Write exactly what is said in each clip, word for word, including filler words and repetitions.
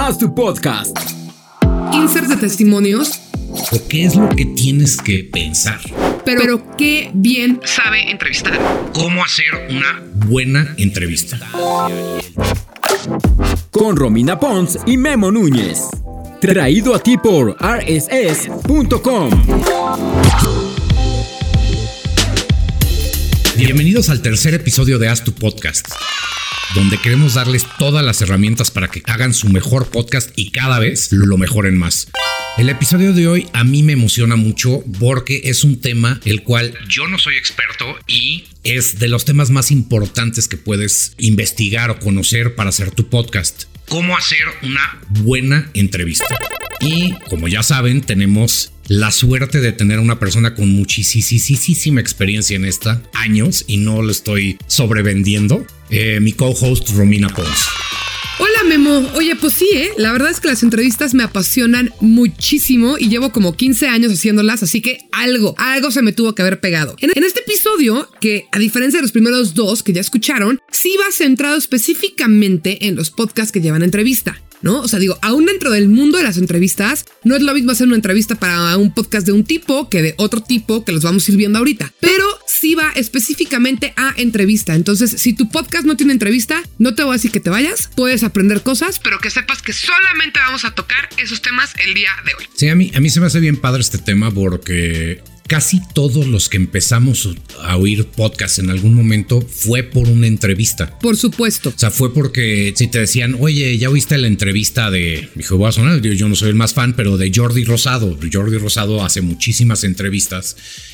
Haz tu podcast. Insert de testimonios. ¿O qué es lo que tienes que pensar? Pero, pero qué bien sabe entrevistar. ¿Cómo hacer una buena entrevista? Con Romina Pons y Memo Núñez. Traído a ti por R S S punto com. Bienvenidos al tercer episodio de Haz tu Podcast, donde queremos darles todas las herramientas para que hagan su mejor podcast y cada vez lo mejoren más. El episodio de hoy a mí me emociona mucho porque es un tema el cual yo no soy experto y es de los temas más importantes que puedes investigar o conocer para hacer tu podcast. ¿Cómo hacer una buena entrevista? Y como ya saben, tenemos la suerte de tener a una persona con muchísima experiencia en esta, años, y no lo estoy sobrevendiendo, eh, mi co-host Romina Pons. Hola Memo, oye pues sí, ¿eh? La verdad es que las entrevistas me apasionan muchísimo y llevo como quince años haciéndolas, así que algo, algo se me tuvo que haber pegado. En, en este episodio, que a diferencia de los primeros dos que ya escucharon, sí va centrado específicamente en los podcasts que llevan entrevista, ¿no? O sea, digo, aún dentro del mundo de las entrevistas, no es lo mismo hacer una entrevista para un podcast de un tipo que de otro tipo que los vamos a ir viendo ahorita, pero sí va específicamente a entrevista. Entonces, si tu podcast no tiene entrevista, no te voy a decir que te vayas, puedes aprender cosas, pero que sepas que solamente vamos a tocar esos temas el día de hoy. Sí, a mí, a mí se me hace bien padre este tema porque casi todos los que empezamos a oír podcasts en algún momento fue por una entrevista. Por supuesto. O sea, fue porque si te decían, oye, ¿ya oíste la entrevista de, dije, voy a sonar, yo no soy el más fan, pero de Jordi Rosado? Jordi Rosado hace muchísimas entrevistas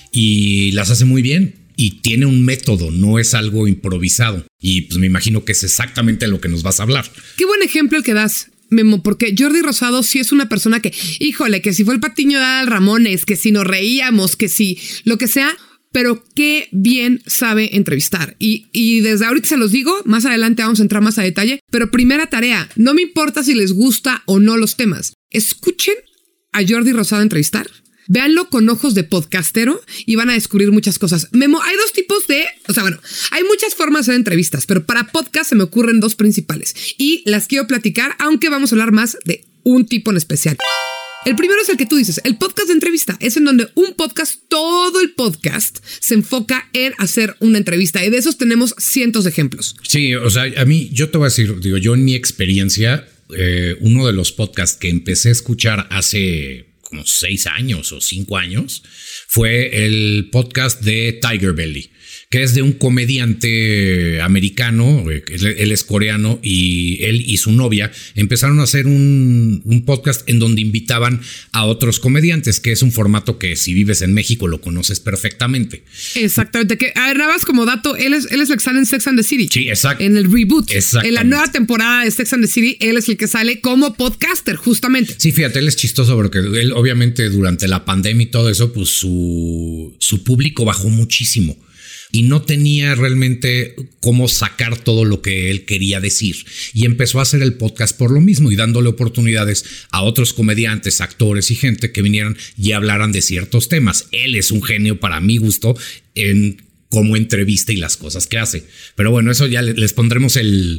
y las hace muy bien. Y tiene un método, no es algo improvisado. Y pues me imagino que es exactamente lo que nos vas a hablar. Qué buen ejemplo el que das, Memo, porque Jordi Rosado sí es una persona que, híjole, que si fue el Patiño de Adal Ramones, que si nos reíamos, que si lo que sea, pero qué bien sabe entrevistar. Y, y desde ahorita se los digo, más adelante vamos a entrar más a detalle, pero primera tarea, no me importa si les gusta o no los temas. Escuchen a Jordi Rosado entrevistar. Véanlo con ojos de podcastero y van a descubrir muchas cosas. Memo, hay dos tipos de... O sea, bueno, hay muchas formas de hacer entrevistas, pero para podcast se me ocurren dos principales. Y las quiero platicar, aunque vamos a hablar más de un tipo en especial. El primero es el que tú dices, el podcast de entrevista. Es en donde un podcast, todo el podcast, se enfoca en hacer una entrevista. Y de esos tenemos cientos de ejemplos. Sí, o sea, a mí, yo te voy a decir, digo, yo en mi experiencia, eh, uno de los podcasts que empecé a escuchar hace como seis años o cinco años, fue el podcast de Tiger Belly, que es de un comediante americano, él es coreano, y él y su novia empezaron a hacer un, un podcast en donde invitaban a otros comediantes, que es un formato que si vives en México lo conoces perfectamente. Exactamente, que a ver, nada más como dato, él es, él es el que sale en Sex and the City. Sí, exacto. En el reboot, en la nueva temporada de Sex and the City, él es el que sale como podcaster, justamente. Sí, fíjate, él es chistoso porque él obviamente durante la pandemia y todo eso, pues su, su público bajó muchísimo. Y no tenía realmente cómo sacar todo lo que él quería decir. Y empezó a hacer el podcast por lo mismo y dándole oportunidades a otros comediantes, actores y gente que vinieran y hablaran de ciertos temas. Él es un genio para mi gusto en cómo entrevista y las cosas que hace. Pero bueno, eso ya les pondremos el,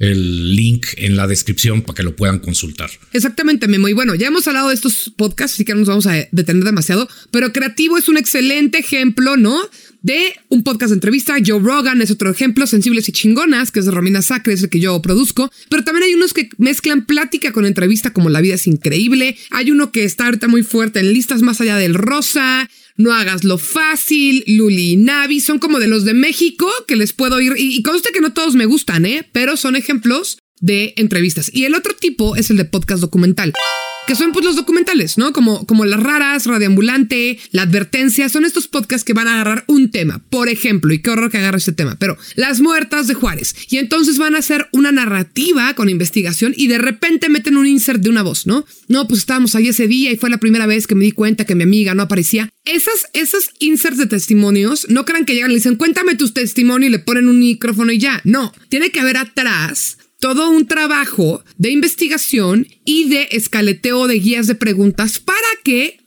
el link en la descripción para que lo puedan consultar. Exactamente, Memo. Y bueno, ya hemos hablado de estos podcasts, así que no nos vamos a detener demasiado. Pero Creativo es un excelente ejemplo, ¿no? De un podcast de entrevista. Joe Rogan es otro ejemplo. Sensibles y Chingonas, que es de Romina Sacre, es el que yo produzco. Pero también hay unos que mezclan plática con entrevista, como La Vida es Increíble. Hay uno que está ahorita muy fuerte en listas más allá del rosa. No hagas lo fácil, Luli y Navi, son como de los de México que les puedo ir. Y, y conste que no todos me gustan, ¿eh? Pero son ejemplos de entrevistas. Y el otro tipo es el de podcast documental, que son pues los documentales, ¿no? Como, como Las Raras, Radioambulante, La Advertencia, son estos podcasts que van a agarrar un tema, por ejemplo, y qué horror que agarre este tema, pero Las Muertas de Juárez, y entonces van a hacer una narrativa con investigación y de repente meten un insert de una voz, ¿no? No, pues estábamos ahí ese día y fue la primera vez que me di cuenta que mi amiga no aparecía. Esas, esos inserts de testimonios, no crean que llegan y le dicen, cuéntame tus testimonios y le ponen un micrófono y ya, no, tiene que haber atrás todo un trabajo de investigación y de escaleteo de guías de preguntas para que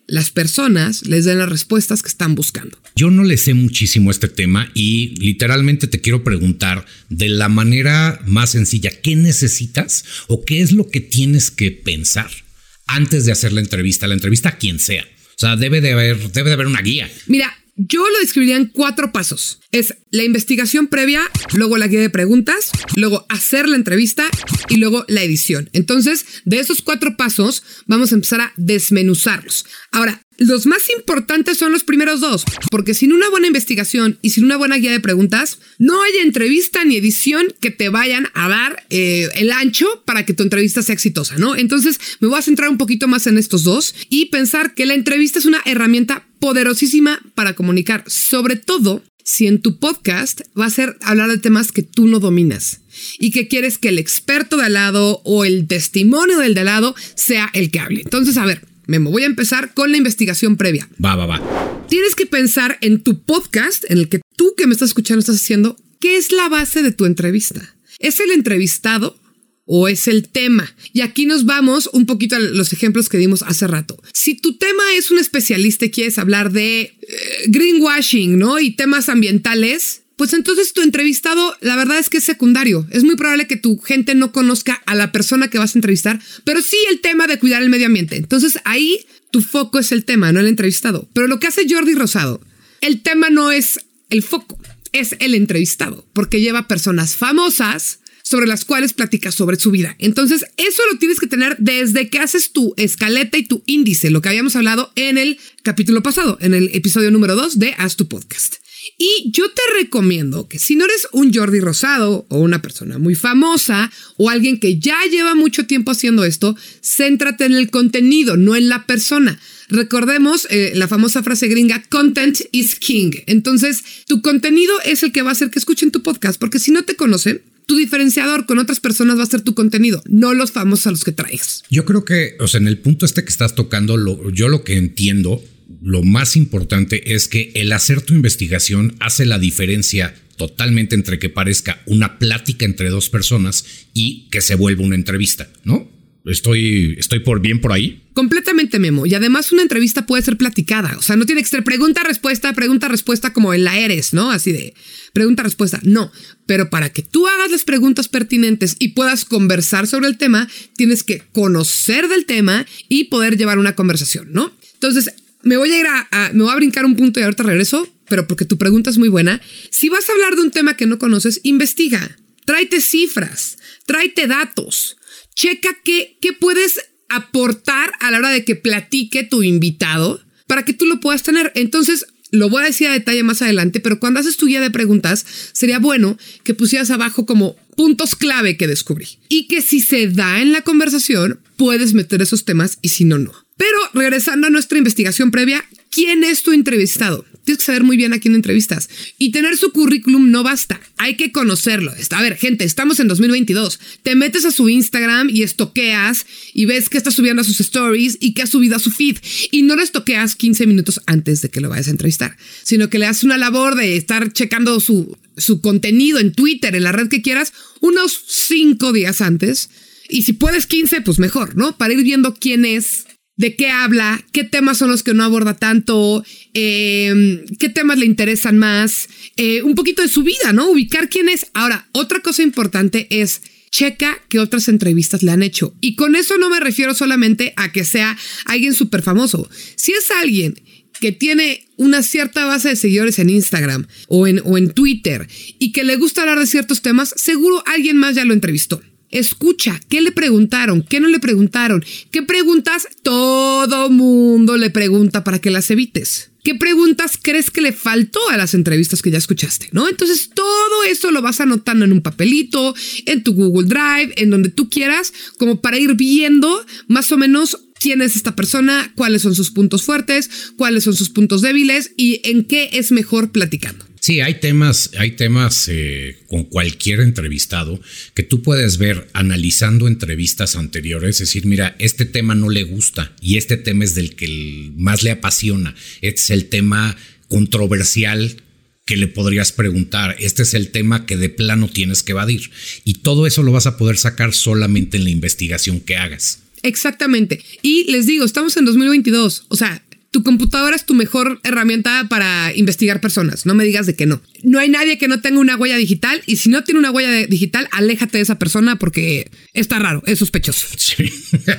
las personas les den las respuestas que están buscando. Yo no le sé muchísimo a este tema y literalmente te quiero preguntar de la manera más sencilla, ¿qué necesitas o qué es lo que tienes que pensar antes de hacer la entrevista? La entrevista a quien sea. O sea, debe de haber, debe de haber una guía. Mira, yo lo describiría en cuatro pasos. Es la investigación previa, luego la guía de preguntas, luego hacer la entrevista y luego la edición. Entonces, de esos cuatro pasos, vamos a empezar a desmenuzarlos. Ahora, los más importantes son los primeros dos, porque sin una buena investigación y sin una buena guía de preguntas, no hay entrevista ni edición que te vayan a dar eh, el ancho para que tu entrevista sea exitosa, ¿no? Entonces, me voy a centrar un poquito más en estos dos y pensar que la entrevista es una herramienta poderosísima para comunicar, sobre todo si en tu podcast va a ser hablar de temas que tú no dominas y que quieres que el experto de al lado o el testimonio del de al lado sea el que hable. Entonces, a ver, Memo, voy a empezar con la investigación previa. Va, va, va. Tienes que pensar en tu podcast, en el que tú que me estás escuchando estás haciendo, ¿qué es la base de tu entrevista? ¿Es el entrevistado o es el tema? Y aquí nos vamos un poquito a los ejemplos que dimos hace rato. Si tu tema es un especialista y quieres hablar de eh, greenwashing, ¿no? Y temas ambientales, pues entonces tu entrevistado, la verdad es que es secundario. Es muy probable que tu gente no conozca a la persona que vas a entrevistar, pero sí el tema de cuidar el medio ambiente. Entonces ahí tu foco es el tema, no el entrevistado. Pero lo que hace Jordi Rosado, el tema no es el foco, es el entrevistado, porque lleva personas famosas sobre las cuales platicas sobre su vida. Entonces, eso lo tienes que tener desde que haces tu escaleta y tu índice, lo que habíamos hablado en el capítulo pasado, en el episodio número dos de Haz tu Podcast. Y yo te recomiendo que si no eres un Jordi Rosado o una persona muy famosa o alguien que ya lleva mucho tiempo haciendo esto, céntrate en el contenido, no en la persona. Recordemos eh, la famosa frase gringa, content is king. Entonces, tu contenido es el que va a hacer que escuchen tu podcast, porque si no te conocen, tu diferenciador con otras personas va a ser tu contenido, no los famosos a los que traes. Yo creo que, o sea, en el punto este que estás tocando, lo, yo lo que entiendo, lo más importante es que el hacer tu investigación hace la diferencia totalmente entre que parezca una plática entre dos personas y que se vuelva una entrevista, ¿no? Estoy, estoy por bien por ahí. Completamente, Memo. Y además una entrevista puede ser platicada. O sea, no tiene que ser pregunta-respuesta, pregunta-respuesta como en la Eres, ¿no? Así de pregunta-respuesta. No. Pero para que tú hagas las preguntas pertinentes y puedas conversar sobre el tema, tienes que conocer del tema y poder llevar una conversación, ¿no? Entonces, me voy a ir a, a me voy a brincar un punto y ahorita regreso, pero porque tu pregunta es muy buena. Si vas a hablar de un tema que no conoces, investiga. Tráete cifras, tráete datos. Checa qué, qué puedes aportar a la hora de que platique tu invitado para que tú lo puedas tener. Entonces, lo voy a decir a detalle más adelante, pero cuando haces tu guía de preguntas, sería bueno que pusieras abajo como puntos clave que descubrí. Y que si se da en la conversación, puedes meter esos temas y si no, no. Pero regresando a nuestra investigación previa, ¿quién es tu entrevistado? Tienes que saber muy bien a quién entrevistas. Y tener su currículum no basta. Hay que conocerlo. A ver, gente, estamos en dos mil veintidós. Te metes a su Instagram y estoqueas y ves que está subiendo a sus stories y que ha subido a su feed. Y no lo estoqueas quince minutos antes de que lo vayas a entrevistar, sino que le haces una labor de estar checando su, su contenido en Twitter, en la red que quieras, unos cinco días antes. Y si puedes quince, pues mejor, ¿no? Para ir viendo quién es, de qué habla, qué temas son los que no aborda tanto, eh, qué temas le interesan más, eh, un poquito de su vida, ¿no? Ubicar quién es. Ahora, otra cosa importante es checa qué otras entrevistas le han hecho. Y con eso no me refiero solamente a que sea alguien súper famoso. Si es alguien que tiene una cierta base de seguidores en Instagram o en, o en Twitter y que le gusta hablar de ciertos temas, seguro alguien más ya lo entrevistó. Escucha, ¿qué le preguntaron? ¿Qué no le preguntaron? ¿Qué preguntas todo mundo le pregunta para que las evites? ¿Qué preguntas crees que le faltó a las entrevistas que ya escuchaste? ¿No? Entonces todo eso lo vas anotando en un papelito, en tu Google Drive, en donde tú quieras, como para ir viendo más o menos quién es esta persona, cuáles son sus puntos fuertes, cuáles son sus puntos débiles y en qué es mejor platicando. Sí, hay temas, hay temas eh, con cualquier entrevistado que tú puedes ver analizando entrevistas anteriores, es decir, mira, este tema no le gusta y este tema es del que más le apasiona. Este es el tema controversial que le podrías preguntar. Este es el tema que de plano tienes que evadir. Y todo eso lo vas a poder sacar solamente en la investigación que hagas. Exactamente. Y les digo, estamos en dos mil veintidós. O sea, tu computadora es tu mejor herramienta para investigar personas. No me digas de que no. No hay nadie que no tenga una huella digital y si no tiene una huella de- digital, aléjate de esa persona porque está raro, es sospechoso. Sí.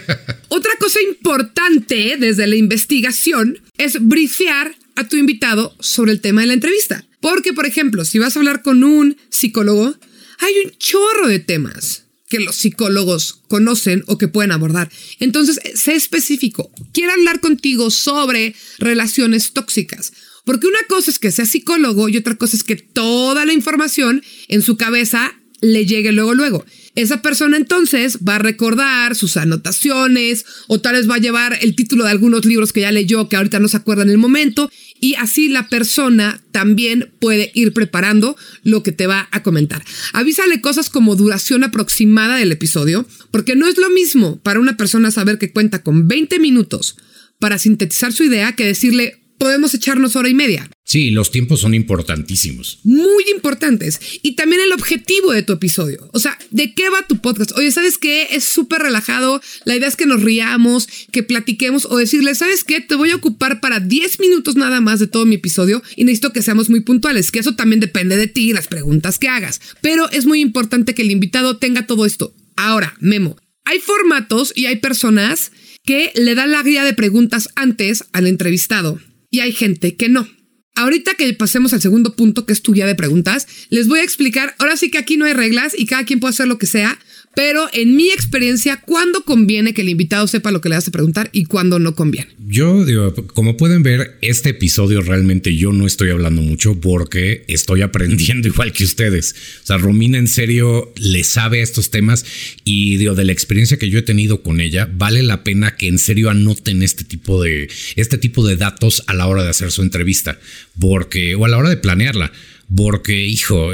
Otra cosa importante desde la investigación es briefiar a tu invitado sobre el tema de la entrevista. Porque, por ejemplo, si vas a hablar con un psicólogo, hay un chorro de temas que los psicólogos conocen o que pueden abordar. Entonces, sé específico. Quiero hablar contigo sobre relaciones tóxicas. Porque una cosa es que sea psicólogo y otra cosa es que toda la información en su cabeza le llegue luego, luego. Esa persona entonces va a recordar sus anotaciones o tal vez va a llevar el título de algunos libros que ya leyó que ahorita no se acuerda en el momento y así la persona también puede ir preparando lo que te va a comentar. Avísale cosas como duración aproximada del episodio, porque no es lo mismo para una persona saber que cuenta con veinte minutos para sintetizar su idea que decirle podemos echarnos hora y media. Sí, los tiempos son importantísimos. Muy importantes. Y también el objetivo de tu episodio. O sea, ¿de qué va tu podcast? Oye, ¿sabes qué? Es súper relajado. La idea es que nos riamos, que platiquemos o decirle, ¿sabes qué? Te voy a ocupar para diez minutos nada más de todo mi episodio y necesito que seamos muy puntuales, que eso también depende de ti y las preguntas que hagas. Pero es muy importante que el invitado tenga todo esto. Ahora, Memo, hay formatos y hay personas que le dan la guía de preguntas antes al entrevistado y hay gente que no. Ahorita que pasemos al segundo punto, que es tu guía de preguntas, les voy a explicar, ahora sí que aquí no hay reglas y cada quien puede hacer lo que sea, pero en mi experiencia, ¿cuándo conviene que el invitado sepa lo que le vas a preguntar y cuándo no conviene? Yo digo, como pueden ver, este episodio realmente yo no estoy hablando mucho porque estoy aprendiendo igual que ustedes. O sea, Romina en serio le sabe a estos temas y digo, de la experiencia que yo he tenido con ella, vale la pena que en serio anoten este tipo de, este tipo de datos a la hora de hacer su entrevista, porque, o a la hora de planearla. Porque, hijo,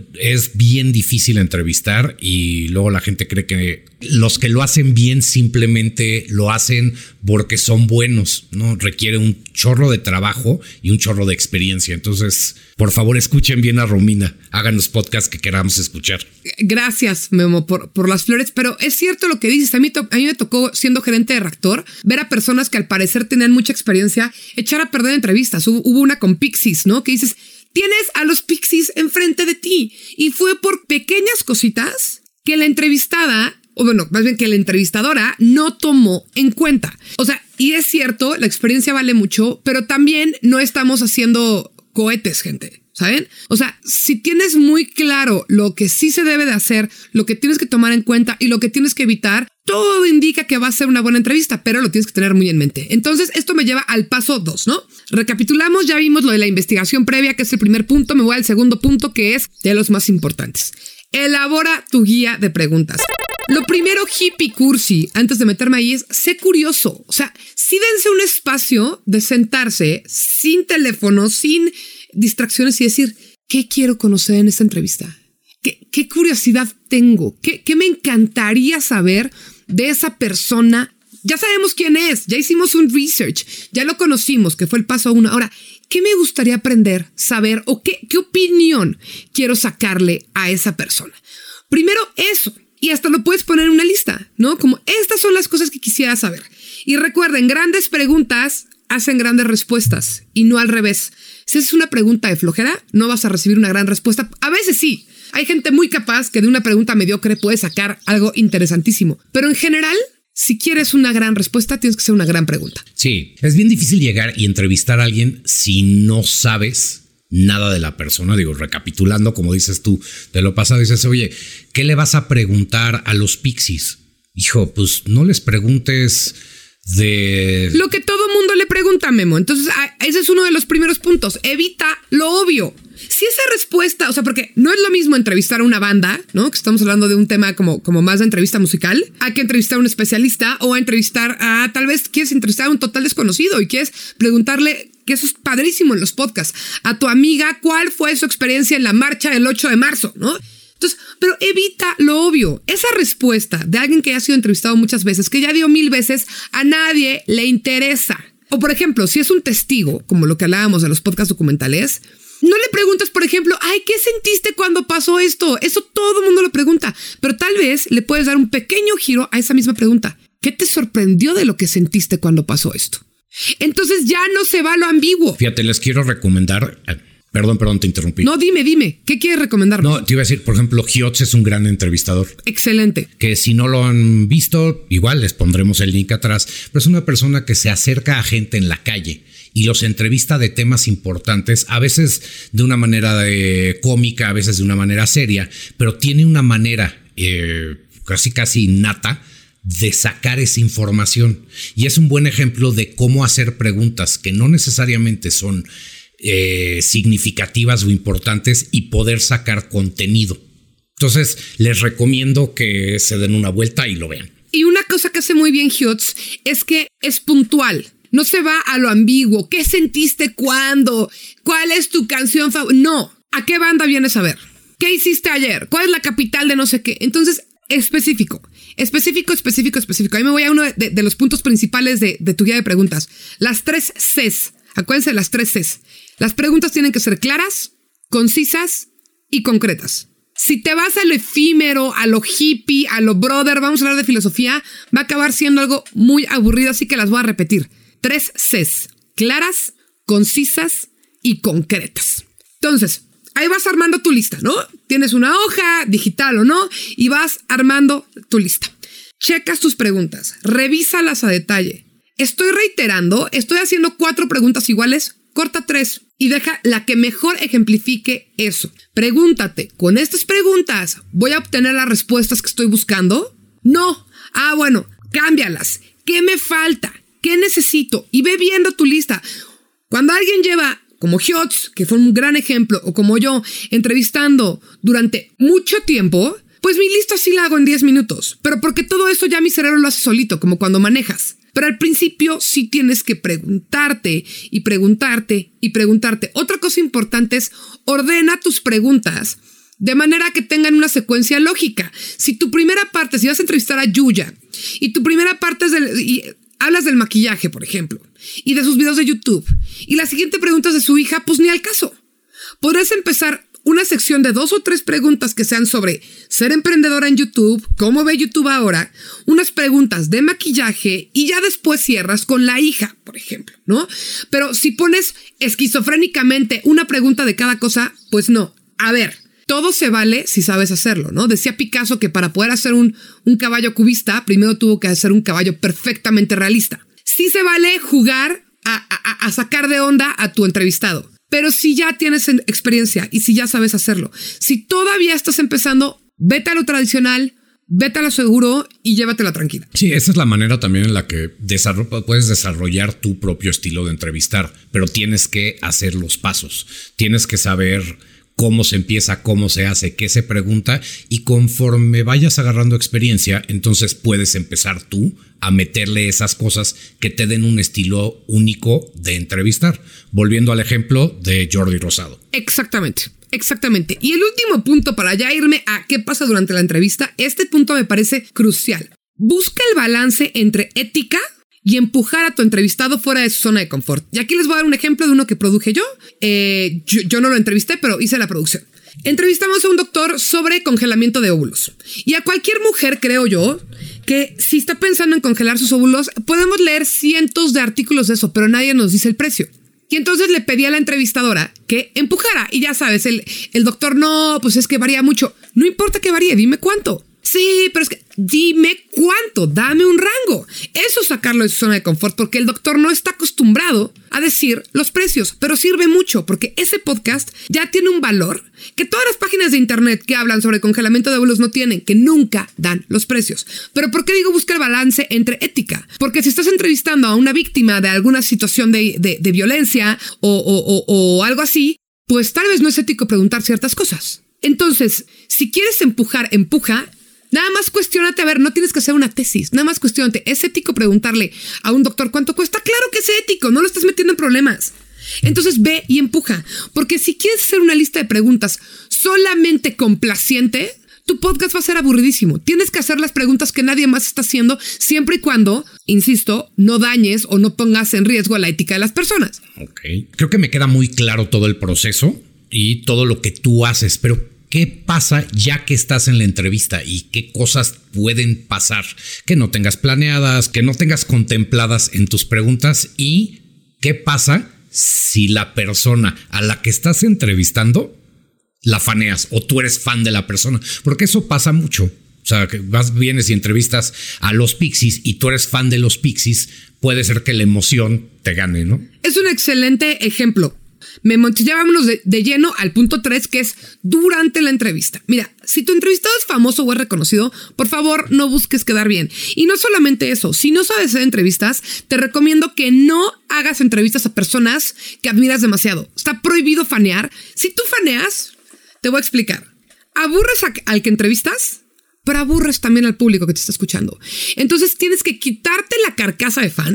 es bien difícil entrevistar y luego la gente cree que los que lo hacen bien simplemente lo hacen porque son buenos, ¿no? Requiere un chorro de trabajo y un chorro de experiencia. Entonces, por favor, escuchen bien a Romina. Hagan los podcasts que queramos escuchar. Gracias, Memo, por, por las flores. Pero es cierto lo que dices. A mí, to- a mí me tocó, siendo gerente de Reactor, ver a personas que al parecer tenían mucha experiencia echar a perder entrevistas. Hubo, hubo una con Pixies, ¿no? Que dices... Tienes a los Pixies enfrente de ti y fue por pequeñas cositas que la entrevistada, o bueno, más bien que la entrevistadora no tomó en cuenta. O sea, y es cierto, la experiencia vale mucho, pero también no estamos haciendo cohetes, gente, ¿saben? O sea, si tienes muy claro lo que sí se debe de hacer, lo que tienes que tomar en cuenta y lo que tienes que evitar, todo indica que va a ser una buena entrevista, pero lo tienes que tener muy en mente. Entonces, esto me lleva al paso dos, ¿no? Recapitulamos, ya vimos lo de la investigación previa, que es el primer punto. Me voy al segundo punto, que es de los más importantes. Elabora tu guía de preguntas. Lo primero, hippie cursi, antes de meterme ahí, es sé curioso. O sea, sí dense un espacio de sentarse sin teléfono, sin distracciones y decir, ¿qué quiero conocer en esta entrevista? ¿Qué, qué curiosidad tengo? ¿Qué, ¿Qué me encantaría saber de esa persona? Ya sabemos quién es, ya hicimos un research, ya lo conocimos, que fue el paso uno. Ahora, ¿qué me gustaría aprender, saber o qué, qué opinión quiero sacarle a esa persona? Primero eso, y hasta lo puedes poner en una lista, ¿no? Como estas son las cosas que quisiera saber. Y recuerden, grandes preguntas hacen grandes respuestas y no al revés. Si es una pregunta de flojera, no vas a recibir una gran respuesta. A veces sí. Hay gente muy capaz que de una pregunta mediocre puede sacar algo interesantísimo. Pero en general, si quieres una gran respuesta, tienes que hacer una gran pregunta. Sí, es bien difícil llegar y entrevistar a alguien si no sabes nada de la persona. Digo, recapitulando, como dices tú, de lo pasado, dices, oye, ¿qué le vas a preguntar a los Pixies? Hijo, pues no les preguntes de... Lo que todo mundo le pregunta, Memo. Entonces, ese es uno de los primeros puntos. Evita lo obvio. Si esa respuesta, o sea, porque no es lo mismo entrevistar a una banda, ¿no? Que estamos hablando de un tema como, como más de entrevista musical, a que entrevistar a un especialista o a entrevistar a, tal vez quieres entrevistar a un total desconocido y quieres preguntarle, que eso es padrísimo en los podcasts, a tu amiga, ¿cuál fue su experiencia en la marcha del ocho de marzo, ¿no? Entonces, pero evita lo obvio. Esa respuesta de alguien que ya ha sido entrevistado muchas veces, que ya dio mil veces, a nadie le interesa. O por ejemplo, si es un testigo, como lo que hablábamos de los podcasts documentales, no le preguntas, por ejemplo, ay, ¿qué sentiste cuando pasó esto? Eso todo el mundo lo pregunta, pero tal vez le puedes dar un pequeño giro a esa misma pregunta. ¿Qué te sorprendió de lo que sentiste cuando pasó esto? Entonces ya no se va a lo ambiguo. Fíjate, les quiero recomendar... Perdón, perdón, te interrumpí. No, dime, dime. ¿Qué quieres recomendarme? No, te iba a decir, por ejemplo, Hiots es un gran entrevistador. Excelente. Que si no lo han visto, igual les pondremos el link atrás. Pero es una persona que se acerca a gente en la calle y los entrevista de temas importantes, a veces de una manera de cómica, a veces de una manera seria, pero tiene una manera eh, casi casi innata de sacar esa información. Y es un buen ejemplo de cómo hacer preguntas que no necesariamente son eh, significativas o importantes y poder sacar contenido. Entonces, les recomiendo que se den una vuelta y lo vean. Y una cosa que hace muy bien Hiots es que es puntual. No se va a lo ambiguo. ¿Qué sentiste cuándo? ¿Cuál es tu canción favorita? No. ¿A qué banda vienes a ver? ¿Qué hiciste ayer? ¿Cuál es la capital de no sé qué? Entonces, específico. Específico, específico, específico. Ahí me voy a uno de, de los puntos principales de, de tu guía de preguntas. Las tres Cs. Acuérdense de las tres Cs. Las preguntas tienen que ser claras, concisas y concretas. Si te vas a lo efímero, a lo hippie, a lo brother, vamos a hablar de filosofía, va a acabar siendo algo muy aburrido, así que las voy a repetir. Tres Cs. Claras, concisas y concretas. Entonces, ahí vas armando tu lista, ¿no? Tienes una hoja, digital o no, y vas armando tu lista. Checas tus preguntas, revísalas a detalle. Estoy reiterando, estoy haciendo cuatro preguntas iguales, corta tres y deja la que mejor ejemplifique eso. Pregúntate, ¿con estas preguntas voy a obtener las respuestas que estoy buscando? No. Ah, bueno, cámbialas. ¿Qué me falta? ¿Qué necesito? Y ve viendo tu lista. Cuando alguien lleva, como Hiots, que fue un gran ejemplo, o como yo, entrevistando durante mucho tiempo, pues mi lista sí la hago en diez minutos. Pero porque todo eso ya mi cerebro lo hace solito, como cuando manejas. Pero al principio sí tienes que preguntarte y preguntarte y preguntarte. Otra cosa importante es ordena tus preguntas de manera que tengan una secuencia lógica. Si tu primera parte, si vas a entrevistar a Yuya y tu primera parte es del... Y, hablas del maquillaje, por ejemplo, y de sus videos de YouTube, y la siguiente pregunta es de su hija, pues ni al caso. Podrás empezar una sección de dos o tres preguntas que sean sobre ser emprendedora en YouTube, cómo ve YouTube ahora, unas preguntas de maquillaje y ya después cierras con la hija, por ejemplo, ¿no? Pero si pones esquizofrénicamente una pregunta de cada cosa, pues no. A ver, todo se vale si sabes hacerlo, ¿no? Decía Picasso que para poder hacer un, un caballo cubista, primero tuvo que hacer un caballo perfectamente realista. Sí se vale jugar a, a, a sacar de onda a tu entrevistado. Pero si ya tienes experiencia y si ya sabes hacerlo, si todavía estás empezando, vete a lo tradicional, vete a lo seguro y llévatela tranquila. Sí, esa es la manera también en la que desarroll- puedes desarrollar tu propio estilo de entrevistar, pero tienes que hacer los pasos, tienes que saber cómo se empieza, cómo se hace, qué se pregunta, y conforme vayas agarrando experiencia, entonces puedes empezar tú a meterle esas cosas que te den un estilo único de entrevistar. Volviendo al ejemplo de Jordi Rosado. Exactamente, exactamente. Y el último punto para ya irme a qué pasa durante la entrevista, este punto me parece crucial. Busca el balance entre ética y empujar a tu entrevistado fuera de su zona de confort. Y aquí les voy a dar un ejemplo de uno que produje yo. Eh, yo, yo no lo entrevisté, pero hice la producción. Entrevistamos a un doctor sobre congelamiento de óvulos. Y a cualquier mujer, creo yo, que si está pensando en congelar sus óvulos, podemos leer cientos de artículos de eso, pero nadie nos dice el precio. Y entonces le pedí a la entrevistadora que empujara. Y ya sabes, el, el doctor, no, pues es que varía mucho. No importa que varíe, dime cuánto. Sí, pero es que dime cuánto, dame un rango. Eso es sacarlo de su zona de confort, porque el doctor no está acostumbrado a decir los precios, pero sirve mucho porque ese podcast ya tiene un valor que todas las páginas de internet que hablan sobre congelamiento de óvulos no tienen, que nunca dan los precios. Pero ¿por qué digo busca el balance entre ética? Porque si estás entrevistando a una víctima de alguna situación de, de, de violencia o, o, o, o algo así, pues tal vez no es ético preguntar ciertas cosas. Entonces, si quieres empujar, empuja. Nada más cuestiónate, a ver, no tienes que hacer una tesis, nada más cuestiónate, ¿es ético preguntarle a un doctor cuánto cuesta? Claro que es ético, no lo estás metiendo en problemas. Entonces ve y empuja, porque si quieres hacer una lista de preguntas solamente complaciente, tu podcast va a ser aburridísimo. Tienes que hacer las preguntas que nadie más está haciendo, siempre y cuando, insisto, no dañes o no pongas en riesgo la ética de las personas. Ok, creo que me queda muy claro todo el proceso y todo lo que tú haces, pero ¿qué pasa ya que estás en la entrevista y qué cosas pueden pasar que no tengas planeadas, que no tengas contempladas en tus preguntas? ¿Y qué pasa si la persona a la que estás entrevistando la faneas o tú eres fan de la persona? Porque eso pasa mucho. O sea, que vas, vienes y entrevistas a los Pixies y tú eres fan de los Pixies, puede ser que la emoción te gane, ¿no? Es un excelente ejemplo. Me ya vámonos de, de lleno al punto tres, que es durante la entrevista. Mira, si tu entrevistado es famoso o es reconocido, por favor, no busques quedar bien. Y no solamente eso, si no sabes hacer entrevistas, te recomiendo que no hagas entrevistas a personas que admiras demasiado. Está prohibido fanear. Si tú faneas, te voy a explicar. Aburres a, al que entrevistas, pero aburres también al público que te está escuchando. Entonces tienes que quitarte la carcasa de fan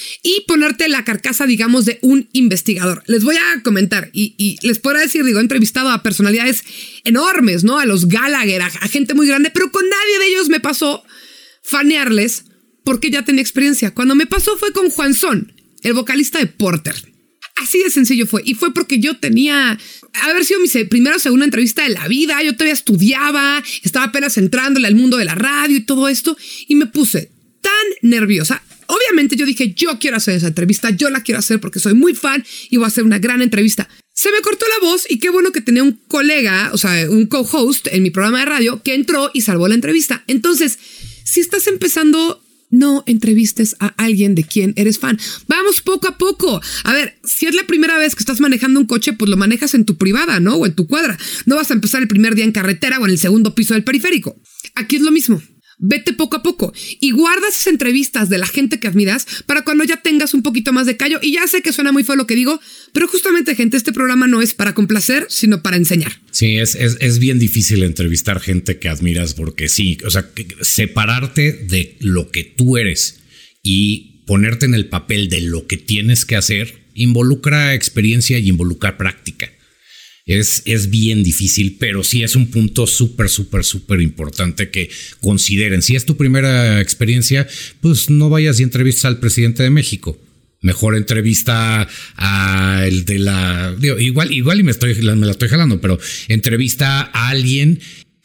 y ponerte la carcasa, digamos, de un investigador. Les voy a comentar y, y les podré decir, digo, he entrevistado a personalidades enormes, ¿no? A los Gallagher, a, a gente muy grande, pero con nadie de ellos me pasó fanearles porque ya tenía experiencia. Cuando me pasó fue con Juan Son, el vocalista de Porter. Así de sencillo fue. Y fue porque yo tenía, haber sido mi primera o segunda entrevista de la vida. Yo todavía estudiaba, estaba apenas entrándole al mundo de la radio y todo esto. Y me puse tan nerviosa. Obviamente yo dije, yo quiero hacer esa entrevista, yo la quiero hacer porque soy muy fan y voy a hacer una gran entrevista. Se me cortó la voz y qué bueno que tenía un colega, o sea, un co-host en mi programa de radio que entró y salvó la entrevista. Entonces, si estás empezando, no entrevistes a alguien de quien eres fan. Vamos poco a poco. A ver, si es la primera vez que estás manejando un coche, pues lo manejas en tu privada, ¿no? O en tu cuadra. No vas a empezar el primer día en carretera o en el segundo piso del periférico. Aquí es lo mismo. Vete poco a poco y guarda esas entrevistas de la gente que admiras para cuando ya tengas un poquito más de callo. Y ya sé que suena muy feo lo que digo, pero justamente, gente, este programa no es para complacer, sino para enseñar. Sí, es, es, es bien difícil entrevistar gente que admiras porque sí, o sea, que separarte de lo que tú eres y ponerte en el papel de lo que tienes que hacer involucra experiencia y involucra práctica. Es, es bien difícil, pero sí es un punto súper, súper, súper importante que consideren. Si es tu primera experiencia, pues no vayas y entrevistas al presidente de México. Mejor entrevista a el de la... Digo, igual, igual y me, estoy, me la estoy jalando, pero entrevista a alguien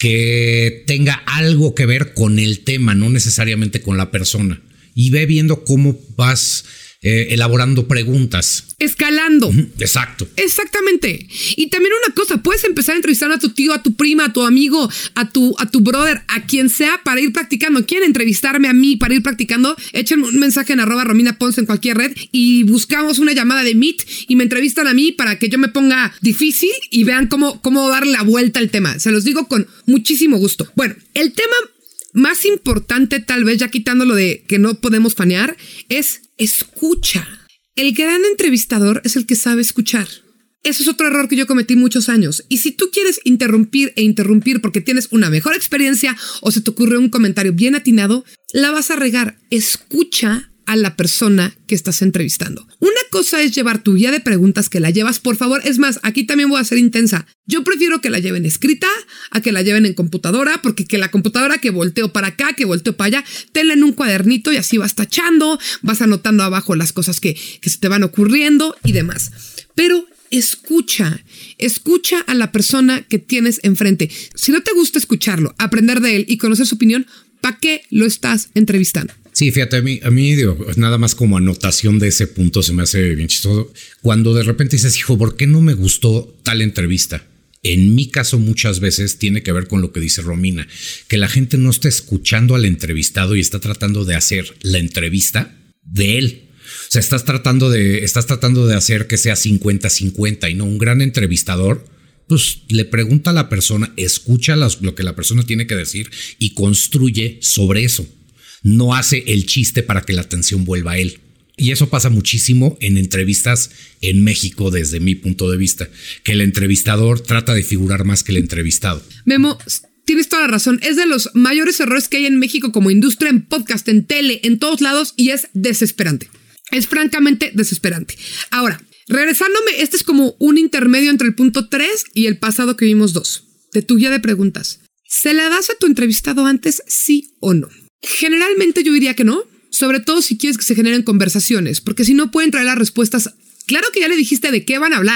que tenga algo que ver con el tema, no necesariamente con la persona. Y ve viendo cómo vas... Eh, elaborando preguntas. Escalando. Uh-huh, exacto. Exactamente. Y también una cosa, puedes empezar a entrevistar a tu tío, a tu prima, a tu amigo, a tu, a tu brother, a quien sea para ir practicando. ¿Quieren entrevistarme a mí para ir practicando? Échenme un mensaje en arroba Romina Ponce en cualquier red y buscamos una llamada de Meet y me entrevistan a mí para que yo me ponga difícil y vean cómo, cómo darle la vuelta al tema. Se los digo con muchísimo gusto. Bueno, el tema más importante, tal vez ya quitándolo de que no podemos fanear, es escucha. El gran entrevistador es el que sabe escuchar. Eso es otro error que yo cometí muchos años. Y si tú quieres interrumpir e interrumpir porque tienes una mejor experiencia o se te ocurre un comentario bien atinado, la vas a regar. Escucha a la persona que estás entrevistando. Una cosa es llevar tu guía de preguntas, que la llevas, por favor. Es más, aquí también voy a ser intensa. Yo prefiero que la lleven escrita a que la lleven en computadora, porque que la computadora que volteo para acá, que volteo para allá, tenla en un cuadernito y así vas tachando, vas anotando abajo las cosas que, que se te van ocurriendo y demás. Pero escucha, escucha a la persona que tienes enfrente. Si no te gusta escucharlo, aprender de él y conocer su opinión, ¿para qué lo estás entrevistando? Sí, fíjate, a mí, a mí digo, nada más como anotación de ese punto se me hace bien chistoso. Cuando de repente dices, hijo, ¿por qué no me gustó tal entrevista? En mi caso muchas veces tiene que ver con lo que dice Romina, que la gente no está escuchando al entrevistado y está tratando de hacer la entrevista de él. O sea, estás tratando de, estás tratando de hacer que sea cincuenta cincuenta y no un gran entrevistador. Pues le pregunta a la persona, escucha las, lo que la persona tiene que decir y construye sobre eso. No hace el chiste para que la atención vuelva a él. Y eso pasa muchísimo en entrevistas en México desde mi punto de vista, que el entrevistador trata de figurar más que el entrevistado. Memo, tienes toda la razón. Es de los mayores errores que hay en México como industria, en podcast, en tele, en todos lados, y es desesperante. Es francamente desesperante. Ahora, regresándome, este es como un intermedio entre el punto tres y el pasado que vimos dos, de tu guía de preguntas. ¿Se la das a tu entrevistado antes, sí o no? Generalmente yo diría que no, sobre todo si quieres que se generen conversaciones, porque si no pueden traer las respuestas. Claro que ya le dijiste de qué van a hablar,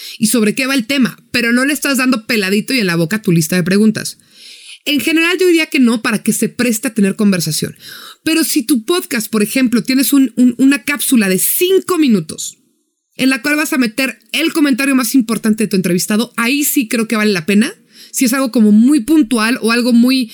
y sobre qué va el tema, pero no le estás dando peladito y en la boca tu lista de preguntas. En general yo diría que no, para que se preste a tener conversación. Pero si tu podcast, por ejemplo, tienes un, un, una cápsula de cinco minutos en la cual vas a meter el comentario más importante de tu entrevistado, ahí sí creo que vale la pena. Si es algo como muy puntual o algo muy,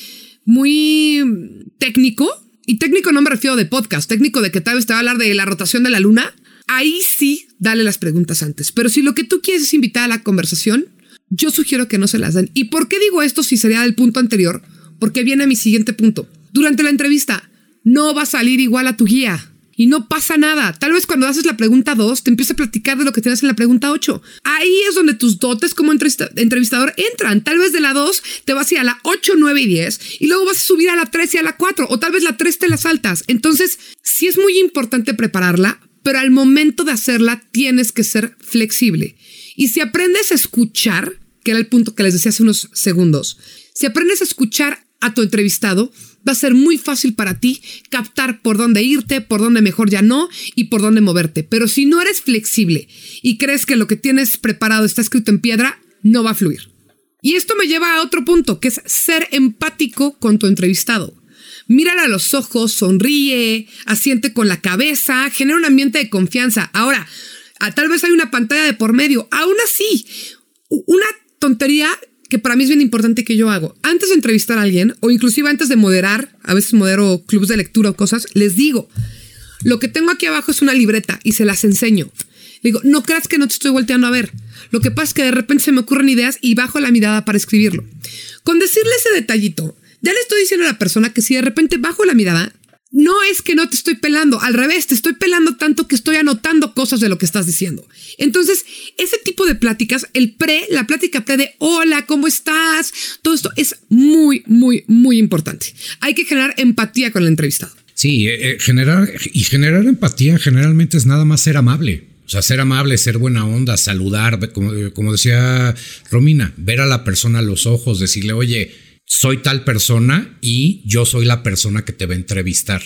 muy técnico, y técnico no me refiero de podcast, técnico de que tal vez te va a hablar de la rotación de la luna, ahí sí dale las preguntas antes. Pero si lo que tú quieres es invitar a la conversación, yo sugiero que no se las den. ¿Y por qué digo esto si sería del punto anterior? Porque viene mi siguiente punto. Durante la entrevista no va a salir igual a tu guía. Y no pasa nada. Tal vez cuando haces la pregunta dos, te empieza a platicar de lo que tienes en la pregunta ocho. Ahí es donde tus dotes como entrevistador entran. Tal vez de la dos te vas a ir a la ocho, nueve y diez y luego vas a subir a la tres y a la cuatro. O tal vez la tres te la saltas. Entonces, sí es muy importante prepararla, pero al momento de hacerla tienes que ser flexible. Y si aprendes a escuchar, que era el punto que les decía hace unos segundos, si aprendes a escuchar a tu entrevistado, va a ser muy fácil para ti captar por dónde irte, por dónde mejor ya no y por dónde moverte. Pero si no eres flexible y crees que lo que tienes preparado está escrito en piedra, no va a fluir. Y esto me lleva a otro punto, que es ser empático con tu entrevistado. Mírale a los ojos, sonríe, asiente con la cabeza, genera un ambiente de confianza. Ahora, tal vez hay una pantalla de por medio. Aún así, una tontería que para mí es bien importante que yo hago. Antes de entrevistar a alguien, o inclusive antes de moderar, a veces modero clubes de lectura o cosas, les digo, lo que tengo aquí abajo es una libreta y se las enseño. Digo, no creas que no te estoy volteando a ver. Lo que pasa es que de repente se me ocurren ideas y bajo la mirada para escribirlo. Con decirle ese detallito, ya le estoy diciendo a la persona que si de repente bajo la mirada, no es que no te estoy pelando, al revés, te estoy pelando tanto que estoy anotando cosas de lo que estás diciendo. Entonces, ese tipo de pláticas, el pre, la plática pre de hola, ¿cómo estás? Todo esto es muy, muy, muy importante. Hay que generar empatía con el entrevistado. Sí, eh, generar y generar empatía generalmente es nada más ser amable. O sea, ser amable, ser buena onda, saludar, como, como decía Romina, ver a la persona a los ojos, decirle, oye, soy tal persona y yo soy la persona que te va a entrevistar.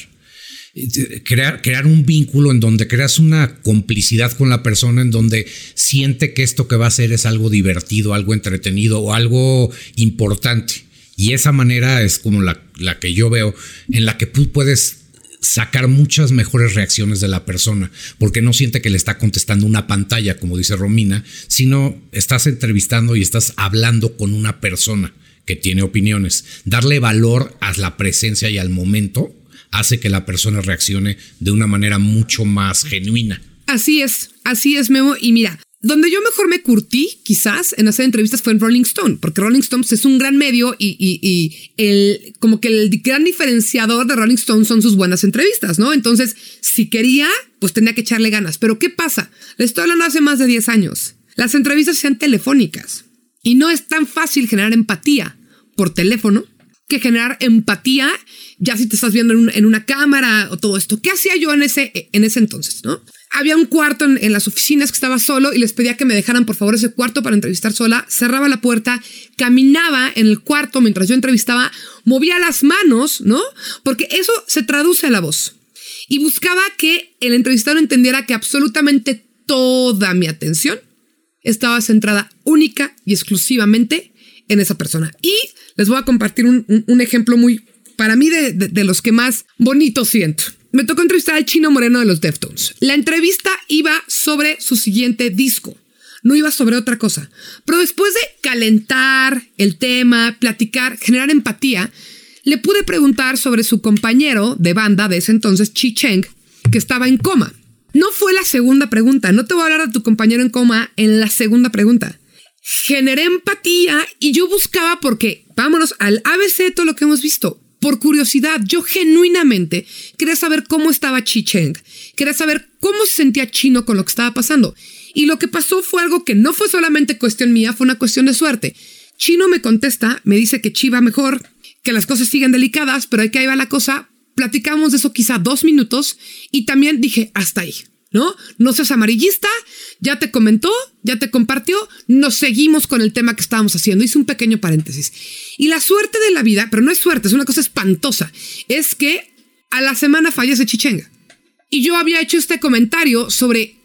Crear, crear un vínculo en donde creas una complicidad con la persona, en donde siente que esto que va a hacer es algo divertido, algo entretenido o algo importante. Y esa manera es como la, la que yo veo, en la que tú puedes sacar muchas mejores reacciones de la persona, porque no siente que le está contestando una pantalla, como dice Romina, sino estás entrevistando y estás hablando con una persona que tiene opiniones. Darle valor a la presencia y al momento hace que la persona reaccione de una manera mucho más genuina. Así es, así es, Memo. Y mira, donde yo mejor me curtí, quizás, en hacer entrevistas fue en Rolling Stone, porque Rolling Stone es un gran medio y, y, y el, como que el gran diferenciador de Rolling Stone son sus buenas entrevistas, ¿no? Entonces, si quería, pues tenía que echarle ganas. Pero ¿qué pasa? Le estoy hablando hace más de diez años. Las entrevistas sean telefónicas y no es tan fácil generar empatía por teléfono que generar empatía ya si te estás viendo en, un, en una cámara o todo esto. ¿Qué hacía yo en ese, en ese entonces, no? Había un cuarto en, en las oficinas que estaba solo y les pedía que me dejaran por favor ese cuarto para entrevistar sola. Cerraba la puerta, caminaba en el cuarto mientras yo entrevistaba, movía las manos, ¿no? Porque eso se traduce a la voz. Y buscaba que el entrevistador entendiera que absolutamente toda mi atención estaba centrada única y exclusivamente en esa persona. Y les voy a compartir un, un, un ejemplo muy, para mí, de, de, de los que más bonitos siento. Me tocó entrevistar al Chino Moreno de los Deftones. La entrevista iba sobre su siguiente disco. No iba sobre otra cosa. Pero después de calentar el tema, platicar, generar empatía, le pude preguntar sobre su compañero de banda de ese entonces, Chi Cheng, que estaba en coma. No fue la segunda pregunta. No te voy a hablar de tu compañero en coma en la segunda pregunta. Generé empatía y yo buscaba porque, vámonos al A B C de todo lo que hemos visto. Por curiosidad, yo genuinamente quería saber cómo estaba Chi Cheng. Quería saber cómo se sentía Chino con lo que estaba pasando. Y lo que pasó fue algo que no fue solamente cuestión mía, fue una cuestión de suerte. Chino me contesta, me dice que Chi va mejor, que las cosas siguen delicadas, pero que ahí va la cosa. Platicamos de eso quizá dos minutos y también dije, hasta ahí, ¿no? No seas amarillista, ya te comentó, ya te compartió, nos seguimos con el tema que estábamos haciendo. Hice un pequeño paréntesis. Y la suerte de la vida, pero no es suerte, es una cosa espantosa, es que a la semana fallece Chi Cheng. Y yo había hecho este comentario sobre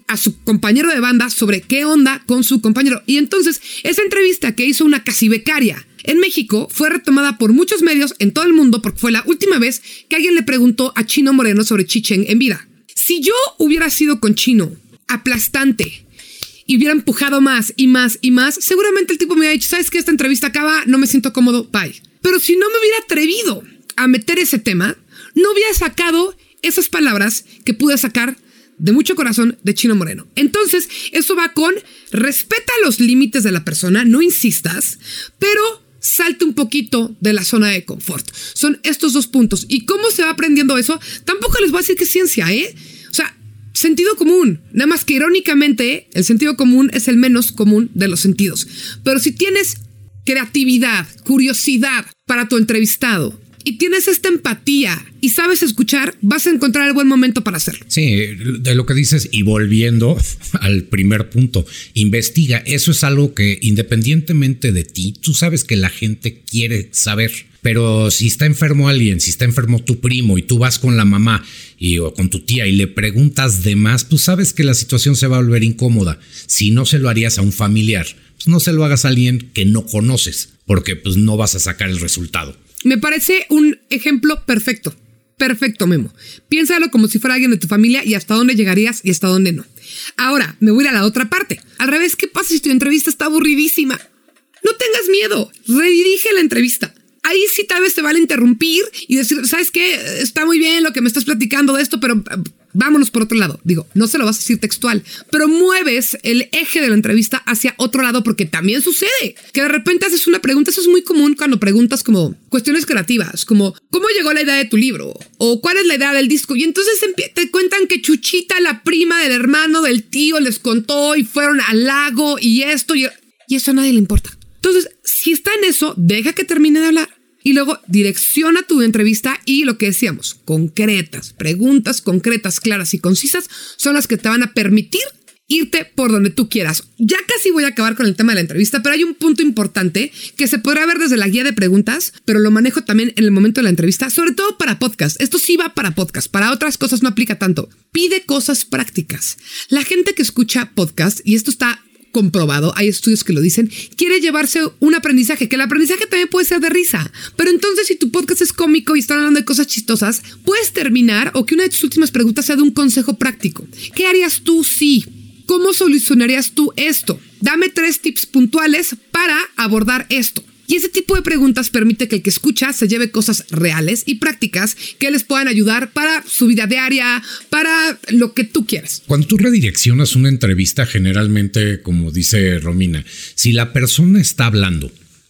a su compañero de banda sobre qué onda con su compañero. Y entonces, esa entrevista que hizo una casi becaria en México fue retomada por muchos medios en todo el mundo porque fue la última vez que alguien le preguntó a Chino Moreno sobre Chichen en vida. Si yo hubiera sido con Chino aplastante y hubiera empujado más y más y más, seguramente el tipo me hubiera dicho, ¿sabes qué? Esta entrevista acaba, no me siento cómodo, bye. Pero si no me hubiera atrevido a meter ese tema, no hubiera sacado esas palabras que pude sacar de mucho corazón de Chino Moreno. Entonces, eso va con respeta los límites de la persona, no insistas, pero salte un poquito de la zona de confort. Son estos dos puntos. ¿Y cómo se va aprendiendo eso? Tampoco les voy a decir que es ciencia, ¿eh? O sea, sentido común. Nada más que irónicamente, el sentido común es el menos común de los sentidos. Pero si tienes creatividad, curiosidad para tu entrevistado y tienes esta empatía y sabes escuchar, vas a encontrar el buen momento para hacerlo. Sí, de lo que dices, y volviendo al primer punto, investiga. Eso es algo que independientemente de ti, tú sabes que la gente quiere saber. Pero si está enfermo alguien, si está enfermo tu primo y tú vas con la mamá y, o con tu tía y le preguntas de más, tú sabes que la situación se va a volver incómoda. Si no se lo harías a un familiar, pues no se lo hagas a alguien que no conoces, porque pues no vas a sacar el resultado. Me parece un ejemplo perfecto. Perfecto, Memo. Piénsalo como si fuera alguien de tu familia y hasta dónde llegarías y hasta dónde no. Ahora, me voy a ir a la otra parte. Al revés, ¿qué pasa si tu entrevista está aburridísima? No tengas miedo. Redirige la entrevista. Ahí sí tal vez te vale interrumpir y decir, ¿sabes qué? Está muy bien lo que me estás platicando de esto, pero vámonos por otro lado. Digo, no se lo vas a decir textual, pero mueves el eje de la entrevista hacia otro lado porque también sucede que de repente haces una pregunta. Eso es muy común cuando preguntas como cuestiones creativas, como ¿cómo llegó la idea de tu libro? O ¿cuál es la idea del disco? Y entonces te cuentan que Chuchita, la prima del hermano del tío, les contó y fueron al lago y esto y, y eso a nadie le importa. Entonces, si está en eso, deja que termine de hablar. Y luego direcciona tu entrevista y lo que decíamos, concretas, preguntas concretas, claras y concisas son las que te van a permitir irte por donde tú quieras. Ya casi voy a acabar con el tema de la entrevista, pero hay un punto importante que se podrá ver desde la guía de preguntas, pero lo manejo también en el momento de la entrevista, sobre todo para podcast. Esto sí va para podcast, para otras cosas no aplica tanto. Pide cosas prácticas. La gente que escucha podcast, y esto está comprobado, hay estudios que lo dicen, quiere llevarse un aprendizaje, que el aprendizaje también puede ser de risa, pero entonces si tu podcast es cómico y están hablando de cosas chistosas, puedes terminar o que una de tus últimas preguntas sea de un consejo práctico. ¿Qué harías tú si? ¿Cómo solucionarías tú esto? Dame tres tips puntuales para abordar esto. Y ese tipo de preguntas permite que el que escucha se lleve cosas reales y prácticas que les puedan ayudar para su vida diaria, para lo que tú quieras. Cuando tú redireccionas una entrevista, generalmente, como dice Romina, si la persona está hablando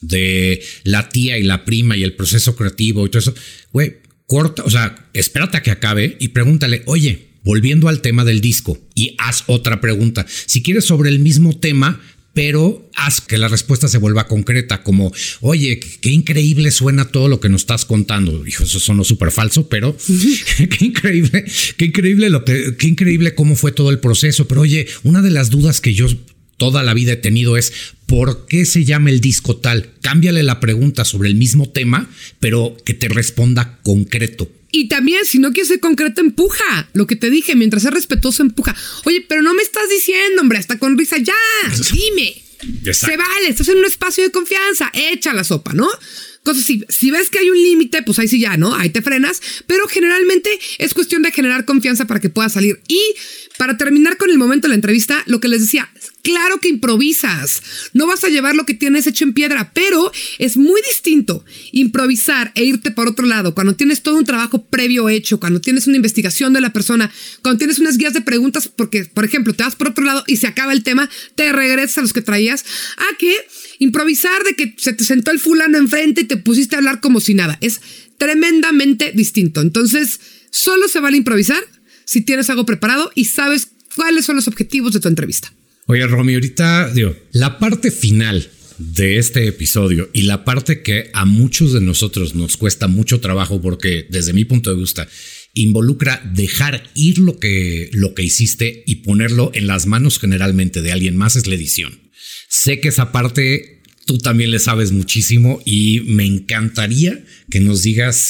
de la tía y la prima y el proceso creativo y todo eso, güey, corta, o sea, espérate a que acabe y pregúntale, oye, volviendo al tema del disco, y haz otra pregunta. Si quieres sobre el mismo tema, pero haz que la respuesta se vuelva concreta, como, oye, qué increíble suena todo lo que nos estás contando. Hijo, eso sonó súper falso, pero qué increíble, qué increíble lo que, qué increíble cómo fue todo el proceso. Pero oye, una de las dudas que yo toda la vida he tenido es, ¿por qué se llama el disco tal? Cámbiale la pregunta sobre el mismo tema, pero que te responda concreto. Y también, si no quieres ser concreto, empuja. Lo que te dije, mientras sea respetuoso, empuja. Oye, pero no me estás diciendo, hombre, hasta con risa. Ya, dime. Exacto. Se vale, estás en un espacio de confianza. Echa la sopa, ¿no? Entonces, si, si ves que hay un límite, pues ahí sí ya, ¿no? Ahí te frenas. Pero generalmente es cuestión de generar confianza para que puedas salir. Y para terminar con el momento de la entrevista, lo que les decía, claro que improvisas. No vas a llevar lo que tienes hecho en piedra, pero es muy distinto improvisar e irte por otro lado cuando tienes todo un trabajo previo hecho, cuando tienes una investigación de la persona, cuando tienes unas guías de preguntas, porque, por ejemplo, te vas por otro lado y se acaba el tema, te regresas a los que traías, a que improvisar de que se te sentó el fulano enfrente y te pusiste a hablar como si nada. Es tremendamente distinto. Entonces, solo se vale improvisar si tienes algo preparado y sabes cuáles son los objetivos de tu entrevista. Oye, Romy, ahorita digo, la parte final de este episodio y la parte que a muchos de nosotros nos cuesta mucho trabajo porque desde mi punto de vista involucra dejar ir lo que, lo que hiciste y ponerlo en las manos generalmente de alguien más, es la edición. Sé que esa parte tú también le sabes muchísimo y me encantaría que nos digas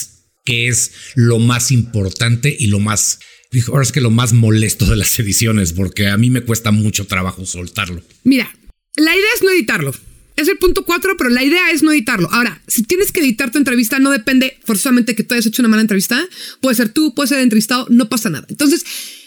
que es lo más importante y lo más, ahora es que lo más molesto de las ediciones, porque a mí me cuesta mucho trabajo soltarlo. Mira, la idea es no editarlo. Es el punto cuatro, pero la idea es no editarlo. Ahora, si tienes que editar tu entrevista, no depende forzosamente que tú hayas hecho una mala entrevista. Puede ser tú, puede ser el entrevistado, no pasa nada. Entonces,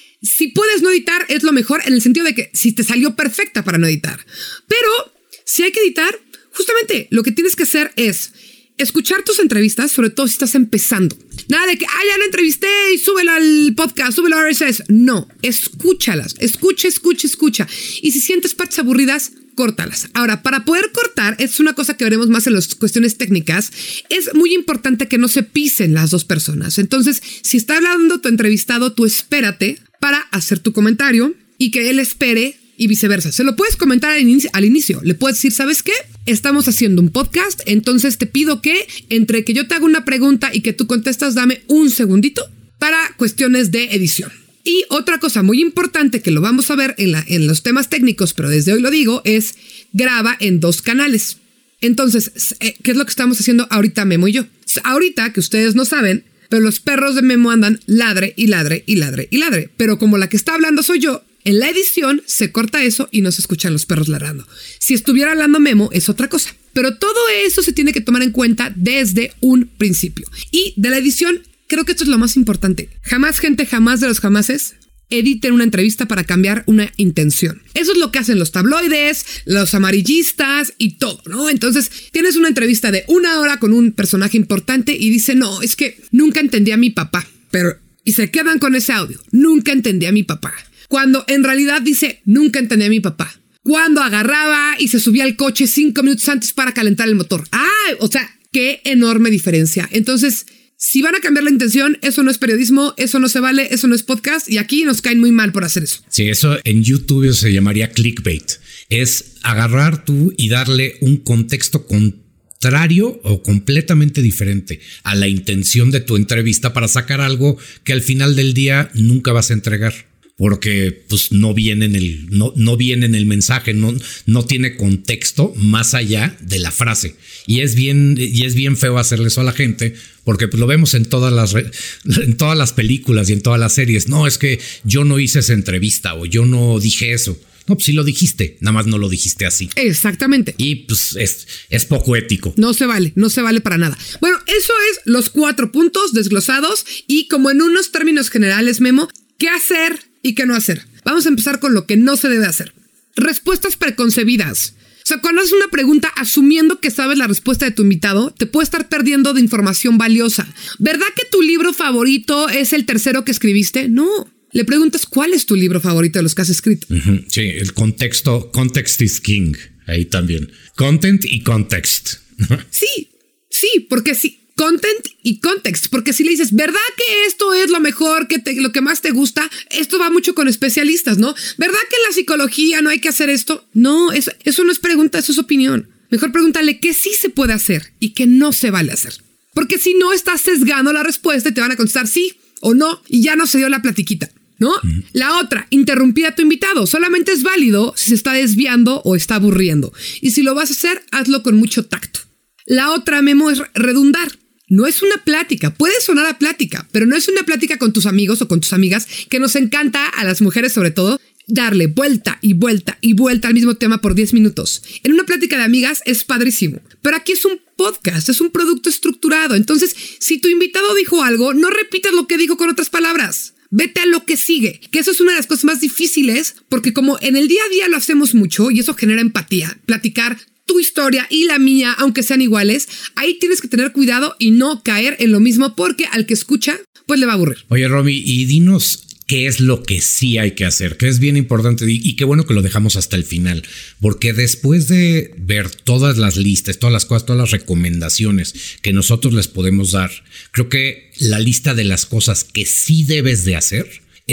si puedes no editar, es lo mejor en el sentido de que si te salió perfecta para no editar. Pero si hay que editar, justamente lo que tienes que hacer es escuchar tus entrevistas, sobre todo si estás empezando. Nada de que, ah, ya lo entrevisté y súbelo al podcast, súbelo a R S S. No, escúchalas, escucha, escucha, escucha. Y si sientes partes aburridas, córtalas. Ahora, para poder cortar, es una cosa que veremos más en las cuestiones técnicas, es muy importante que no se pisen las dos personas. Entonces, si está hablando tu entrevistado, tú espérate para hacer tu comentario y que él espere y viceversa. Se lo puedes comentar al inicio, al inicio. Le puedes decir, ¿sabes qué? Estamos haciendo un podcast, entonces te pido que entre que yo te haga una pregunta y que tú contestas, dame un segundito para cuestiones de edición. Y otra cosa muy importante que lo vamos a ver en, la, en los temas técnicos, pero desde hoy lo digo, es graba en dos canales. Entonces, ¿qué es lo que estamos haciendo ahorita Memo y yo? Ahorita, que ustedes no saben, pero los perros de Memo andan ladre y ladre y ladre y ladre. Pero como la que está hablando soy yo, en la edición se corta eso y no se escuchan los perros ladrando. Si estuviera hablando Memo es otra cosa. Pero todo eso se tiene que tomar en cuenta desde un principio. Y de la edición, creo que esto es lo más importante. Jamás, gente, jamás de los jamases, editen una entrevista para cambiar una intención. Eso es lo que hacen los tabloides, los amarillistas y todo, ¿no? Entonces, tienes una entrevista de una hora con un personaje importante y dice, no, es que nunca entendí a mi papá. Pero, y se quedan con ese audio. Nunca entendí a mi papá. Cuando en realidad dice, nunca entendí a mi papá. Cuando agarraba y se subía al coche cinco minutos antes para calentar el motor. ¡Ah! O sea, qué enorme diferencia. Entonces, si van a cambiar la intención, eso no es periodismo, eso no se vale, eso no es podcast y aquí nos caen muy mal por hacer eso. Sí, eso en YouTube se llamaría clickbait. Es agarrar tú y darle un contexto contrario o completamente diferente a la intención de tu entrevista para sacar algo que al final del día nunca vas a entregar. Porque pues no viene en el, no, no viene en el mensaje, no, no tiene contexto más allá de la frase. Y es bien, y es bien feo hacerle eso a la gente, porque pues, lo vemos en todas las, en todas las películas y en todas las series. No, es que yo no hice esa entrevista o yo no dije eso. No, pues sí lo dijiste, nada más no lo dijiste así. Exactamente. Y pues es, es poco ético. No se vale, no se vale para nada. Bueno, eso es los cuatro puntos desglosados y como en unos términos generales, Memo, ¿qué hacer y qué no hacer? Vamos a empezar con lo que no se debe hacer. Respuestas preconcebidas. O sea, cuando haces una pregunta asumiendo que sabes la respuesta de tu invitado, te puede estar perdiendo de información valiosa. ¿Verdad que tu libro favorito es el tercero que escribiste? No. Le preguntas cuál es tu libro favorito de los que has escrito. Uh-huh. Sí, el contexto, context is king. Ahí también. Content y context. Sí, sí, porque sí. Content y context, porque si le dices, ¿verdad que esto es lo mejor, que te, lo que más te gusta? Esto va mucho con especialistas, ¿no? ¿Verdad que en la psicología no hay que hacer esto? No, eso, eso no es pregunta, eso es opinión. Mejor pregúntale qué sí se puede hacer y qué no se vale hacer. Porque si no, estás sesgando la respuesta y te van a contestar sí o no y ya no se dio la platiquita, ¿no? Uh-huh. La otra, interrumpir a tu invitado. Solamente es válido si se está desviando o está aburriendo. Y si lo vas a hacer, hazlo con mucho tacto. La otra, Memo, es redundar. No es una plática, puede sonar a plática, pero no es una plática con tus amigos o con tus amigas, que nos encanta, a las mujeres sobre todo, darle vuelta y vuelta y vuelta al mismo tema por diez minutos. En una plática de amigas es padrísimo, pero aquí es un podcast, es un producto estructurado. Entonces, si tu invitado dijo algo, no repitas lo que dijo con otras palabras. Vete a lo que sigue, que eso es una de las cosas más difíciles, porque como en el día a día lo hacemos mucho y eso genera empatía, platicar tu historia y la mía, aunque sean iguales, ahí tienes que tener cuidado y no caer en lo mismo porque al que escucha, pues le va a aburrir. Oye, Romy, y dinos qué es lo que sí hay que hacer, que es bien importante y qué bueno que lo dejamos hasta el final, porque después de ver todas las listas, todas las cosas, todas las recomendaciones que nosotros les podemos dar, creo que la lista de las cosas que sí debes de hacer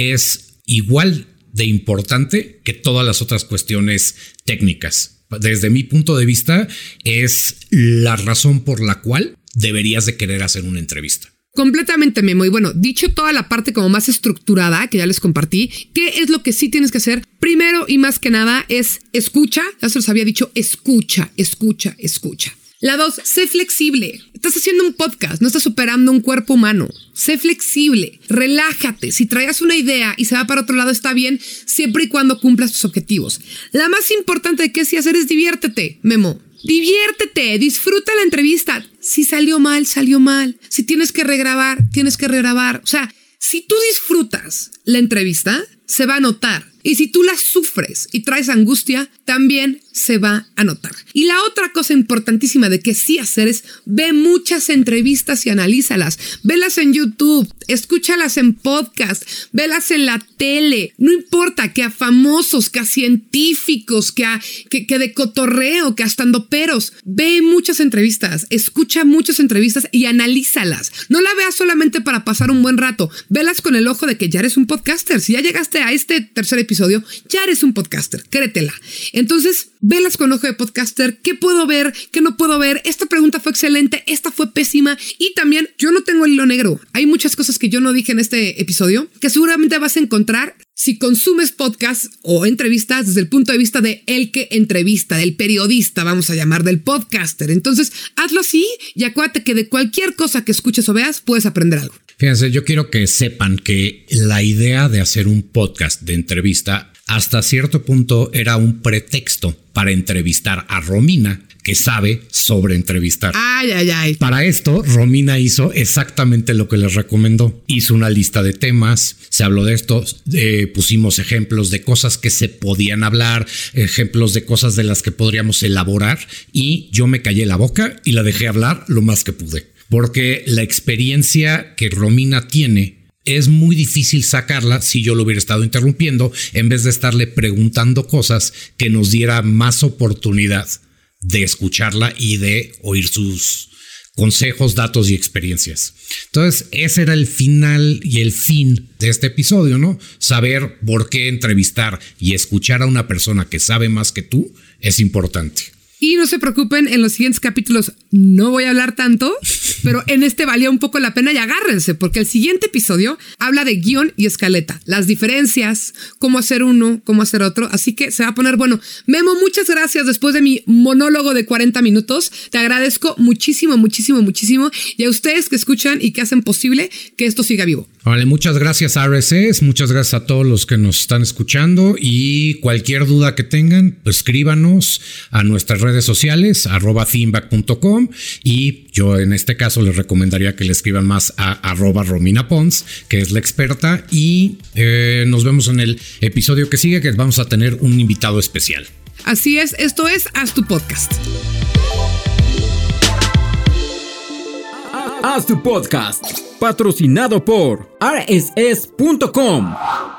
es igual de importante que todas las otras cuestiones técnicas. Desde mi punto de vista, es la razón por la cual deberías de querer hacer una entrevista. Completamente, Memo. Y bueno, dicho toda la parte como más estructurada que ya les compartí, ¿qué es lo que sí tienes que hacer? Primero y más que nada es escucha. Ya se los había dicho, escucha, escucha, escucha. La dos, sé flexible. Estás haciendo un podcast, no estás operando un cuerpo humano. Sé flexible, relájate. Si traías una idea y se va para otro lado, está bien, siempre y cuando cumplas tus objetivos. La más importante de qué sí hacer es diviértete, Memo. Diviértete, disfruta la entrevista. Si salió mal, salió mal. Si tienes que regrabar, tienes que regrabar. O sea, si tú disfrutas la entrevista, se va a notar. Y si tú la sufres y traes angustia, también se va a notar. Y la otra cosa importantísima de que sí hacer es ve muchas entrevistas y analízalas. Velas en YouTube, escúchalas en podcast, velas en la tele. No importa que a famosos, que a científicos, que, a, que, que de cotorreo, que a standuperos. Ve muchas entrevistas, escucha muchas entrevistas y analízalas. No la veas solamente para pasar un buen rato. Velas con el ojo de que ya eres un podcaster. Si ya llegaste a este tercer episodio, ya eres un podcaster, créetela. Entonces, velas con ojo de podcaster. ¿Qué puedo ver? ¿Qué no puedo ver? Esta pregunta fue excelente, esta fue pésima. Y también, yo no tengo el hilo negro. Hay muchas cosas que yo no dije en este episodio que seguramente vas a encontrar si consumes podcast o entrevistas desde el punto de vista de el que entrevista, del periodista, vamos a llamar, del podcaster. Entonces, hazlo así y acuérdate que de cualquier cosa que escuches o veas, puedes aprender algo. Fíjense, yo quiero que sepan que la idea de hacer un podcast de entrevista hasta cierto punto era un pretexto para entrevistar a Romina, que sabe sobre entrevistar. Ay, ay, ay. Para esto, Romina hizo exactamente lo que les recomendó. Hizo una lista de temas, se habló de esto, eh, pusimos ejemplos de cosas que se podían hablar, ejemplos de cosas de las que podríamos elaborar y yo me callé la boca y la dejé hablar lo más que pude. Porque la experiencia que Romina tiene es muy difícil sacarla si yo lo hubiera estado interrumpiendo en vez de estarle preguntando cosas que nos diera más oportunidad de escucharla y de oír sus consejos, datos y experiencias. Entonces, ese era el final y el fin de este episodio, ¿no? Saber por qué entrevistar y escuchar a una persona que sabe más que tú es importante. Y no se preocupen, en los siguientes capítulos no voy a hablar tanto, pero en este valía un poco la pena y agárrense, porque el siguiente episodio habla de guión y escaleta, las diferencias, cómo hacer uno, cómo hacer otro, así que se va a poner bueno. Memo, muchas gracias después de mi monólogo de cuarenta minutos, te agradezco muchísimo, muchísimo, muchísimo, y a ustedes que escuchan y que hacen posible que esto siga vivo. Vale, muchas gracias a R S S, muchas gracias a todos los que nos están escuchando y cualquier duda que tengan, pues escríbanos a nuestras redes sociales, arroba feedback punto com y yo en este caso les recomendaría que le escriban más a arroba Romina Pons, que es la experta y eh, nos vemos en el episodio que sigue que vamos a tener un invitado especial. Así es, esto es Haz tu Podcast. Haz tu Podcast, patrocinado por R S S punto com.